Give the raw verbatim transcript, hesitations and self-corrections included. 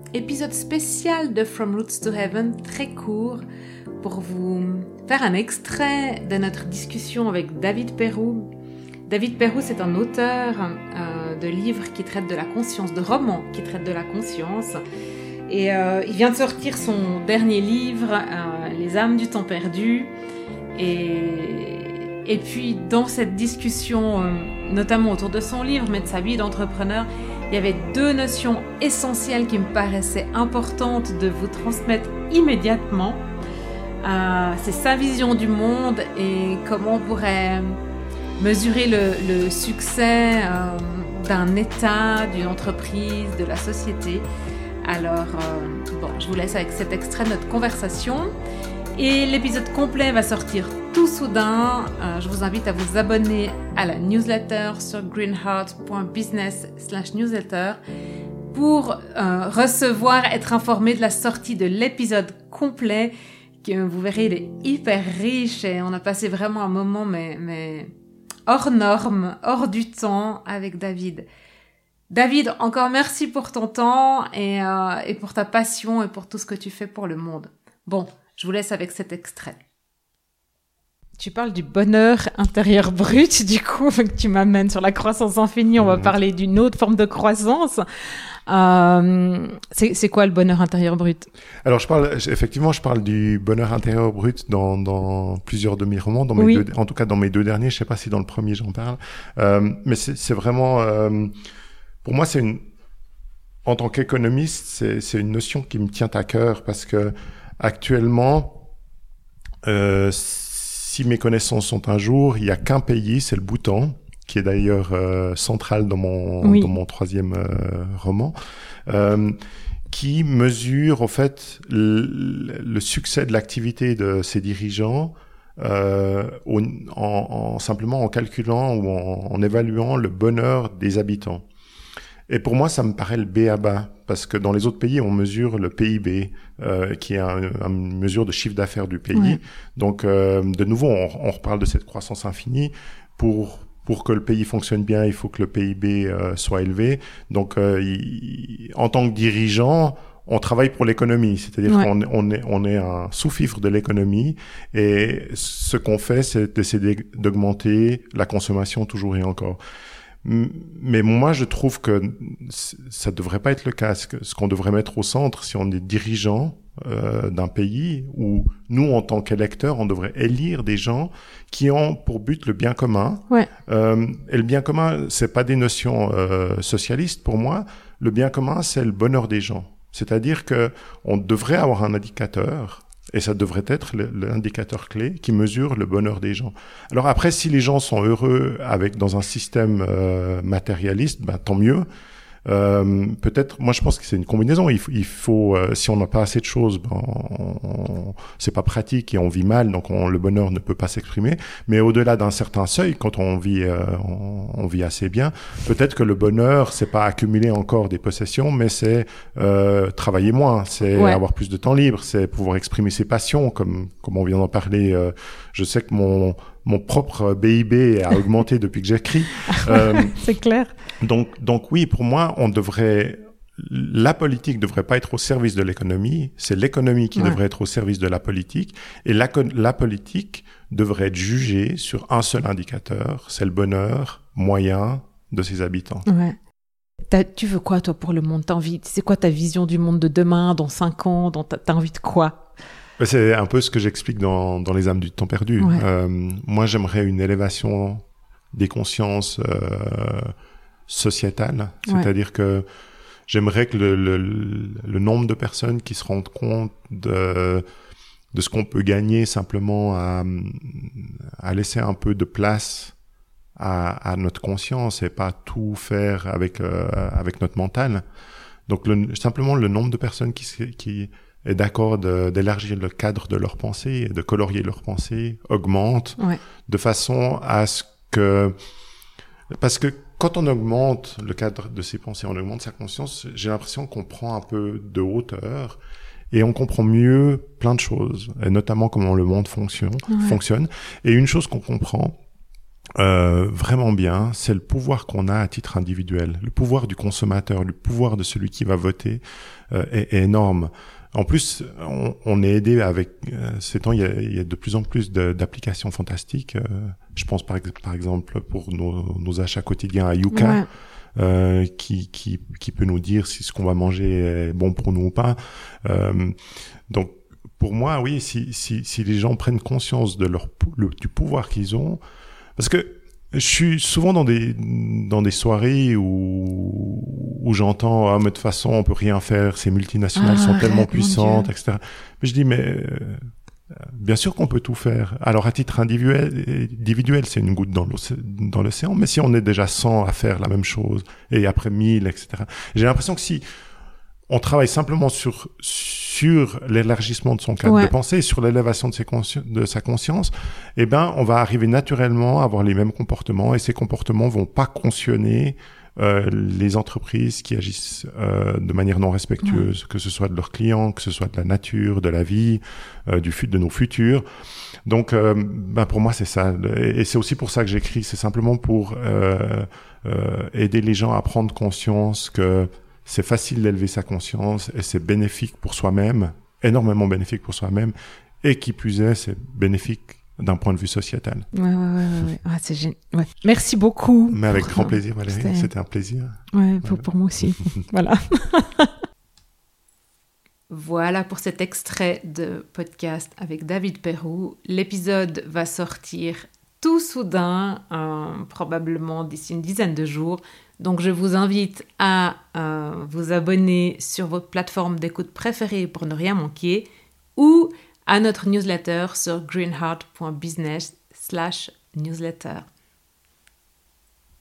épisode spécial de From Roots to Heaven, très court, pour vous faire un extrait de notre discussion avec David Perroux. David Perroux, c'est un auteur euh, de livres qui traite de la conscience, de romans qui traitent de la conscience. Et euh, il vient de sortir son dernier livre, euh, Les âmes du temps perdu. Et, et puis, dans cette discussion, euh, notamment autour de son livre, mais de sa vie d'entrepreneur, il y avait deux notions essentielles qui me paraissaient importantes de vous transmettre immédiatement. Euh, c'est sa vision du monde et comment on pourrait mesurer le, le succès euh, d'un État, d'une entreprise, de la société. Alors, euh, bon, je vous laisse avec cet extrait de notre conversation. Et l'épisode complet va sortir tout soudain. Euh, je vous invite à vous abonner à la newsletter sur greenheart point business slash newsletter pour euh, recevoir, être informé de la sortie de l'épisode complet. Que vous verrez, il est hyper riche et on a passé vraiment un moment mais, mais hors norme, hors du temps avec David. David, encore merci pour ton temps et, euh, et pour ta passion et pour tout ce que tu fais pour le monde. Bon, je vous laisse avec cet extrait. Tu parles du bonheur intérieur brut, du coup, tu m'amènes sur la croissance infinie, on va mmh. parler d'une autre forme de croissance. Euh, c'est, c'est quoi le bonheur intérieur brut? Alors, je parle, effectivement, je parle du bonheur intérieur brut dans, dans plusieurs de mes romans, dans mes oui. deux, en tout cas dans mes deux derniers, je sais pas si dans le premier j'en parle, euh, mais c'est, c'est vraiment, euh, pour moi, c'est une, en tant qu'économiste, c'est, c'est une notion qui me tient à cœur parce que actuellement, euh, si mes connaissances sont un jour, il y a qu'un pays, c'est le Bhoutan, qui est d'ailleurs euh, central dans mon oui. dans mon troisième euh, roman, euh, qui mesure en fait le, le succès de l'activité de ses dirigeants euh, au, en, en simplement en calculant ou en, en évaluant le bonheur des habitants. Et pour moi, ça me paraît le B A B A, parce que dans les autres pays, on mesure le P I B, euh, qui est un, une mesure de chiffre d'affaires du pays. Ouais. Donc, euh, de nouveau, on, on reparle de cette croissance infinie. Pour pour que le pays fonctionne bien, il faut que le P I B euh, soit élevé. Donc, euh, il, en tant que dirigeant, on travaille pour l'économie, c'est-à-dire ouais. qu'on on est on est un sous-fifre de l'économie. Et ce qu'on fait, c'est d'essayer d'augmenter la consommation toujours et encore. Mais moi, je trouve que ça devrait pas être le cas. Ce qu'on devrait mettre au centre, si on est dirigeant euh, d'un pays, où nous, en tant qu'électeurs, on devrait élire des gens qui ont pour but le bien commun. Ouais. Euh, et le bien commun, c'est pas des notions euh, socialistes pour moi. Le bien commun, c'est le bonheur des gens. C'est-à-dire que on devrait avoir un indicateur. Et ça devrait être l'indicateur clé qui mesure le bonheur des gens. Alors après, si les gens sont heureux avec dans un système euh, matérialiste, ben tant mieux. Euh, peut-être, moi je pense que c'est une combinaison. Il faut, il faut euh, si on n'a pas assez de choses, ben, on, on, c'est pas pratique et on vit mal, donc on, le bonheur ne peut pas s'exprimer. Mais au-delà d'un certain seuil, quand on vit, euh, on, on vit assez bien, peut-être que le bonheur, c'est pas accumuler encore des possessions, mais c'est euh, travailler moins, c'est ouais. avoir plus de temps libre, c'est pouvoir exprimer ses passions, comme comme on vient d'en parler. Euh, je sais que mon mon propre B I B a augmenté depuis que j'écris. Euh, c'est clair. Donc, donc oui, pour moi, on devrait, la politique devrait pas être au service de l'économie. C'est l'économie qui ouais. devrait être au service de la politique. Et la, la politique devrait être jugée sur un seul indicateur. C'est le bonheur moyen de ses habitants. Ouais. T'as, tu veux quoi, toi, pour le monde? T'as envie, c'est quoi ta vision du monde de demain, dans cinq ans? Dans, t'as, t'as envie de quoi? C'est un peu ce que j'explique dans, dans Les âmes du temps perdu. Ouais. Euh, moi, j'aimerais une élévation des consciences euh, sociétales. C'est-à-dire ouais. que j'aimerais que le, le, le nombre de personnes qui se rendent compte de, de ce qu'on peut gagner simplement à, à laisser un peu de place à, à notre conscience et pas tout faire avec, euh, avec notre mental. Donc, le, simplement le nombre de personnes qui... qui est d'accord de, d'élargir le cadre de leurs pensées, de colorier leurs pensées, augmente, ouais. de façon à ce que... Parce que quand on augmente le cadre de ses pensées, on augmente sa conscience, j'ai l'impression qu'on prend un peu de hauteur et on comprend mieux plein de choses, et notamment comment le monde fonctionne. Ouais. fonctionne. Et une chose qu'on comprend, euh, vraiment bien, c'est le pouvoir qu'on a à titre individuel. Le pouvoir du consommateur, le pouvoir de celui qui va voter euh, est, est énorme. En plus, on, on est aidé avec euh, ces temps, il y, a, il y a de plus en plus de, d'applications fantastiques. Euh, je pense par, par exemple pour nos, nos achats quotidiens à Yuka, ouais. euh, qui, qui, qui peut nous dire si ce qu'on va manger est bon pour nous ou pas. Euh, donc, pour moi, oui, si, si, si les gens prennent conscience de leur le, du pouvoir qu'ils ont, parce que je suis souvent dans des dans des soirées où où j'entends ah mais de toute façon on peut rien faire, ces multinationales ah, sont arrête, tellement puissantes, et cetera. Mais je dis mais euh, bien sûr qu'on peut tout faire. Alors à titre individuel, individuel c'est une goutte dans l'océan, dans l'océan, mais si on est déjà cent à faire la même chose et après mille, et cetera. J'ai l'impression que si on travaille simplement sur sur l'élargissement de son cadre ouais. de pensée, sur l'élévation de, ses consci- de sa conscience, eh ben, on va arriver naturellement à avoir les mêmes comportements et ces comportements vont pas cautionner euh, les entreprises qui agissent euh, de manière non respectueuse, ouais. que ce soit de leurs clients, que ce soit de la nature, de la vie, euh, du fut de nos futurs. Donc, euh, ben pour moi, c'est ça. Et, et c'est aussi pour ça que j'écris. C'est simplement pour euh, euh, aider les gens à prendre conscience que c'est facile d'élever sa conscience et c'est bénéfique pour soi-même, énormément bénéfique pour soi-même, et qui plus est, c'est bénéfique d'un point de vue sociétal. Ouais, ouais, ouais, ouais. Ah, c'est génial. Ouais. Merci beaucoup. Mais avec grand plaisir, Valérie. C'était, C'était un plaisir. Ouais, pour, voilà. pour moi aussi. Voilà. Voilà pour cet extrait de podcast avec David Perroux. L'épisode va sortir tout soudain, euh, probablement d'ici une dizaine de jours. Donc, je vous invite à euh, vous abonner sur votre plateforme d'écoute préférée pour ne rien manquer ou à notre newsletter sur greenheart point business slash newsletter.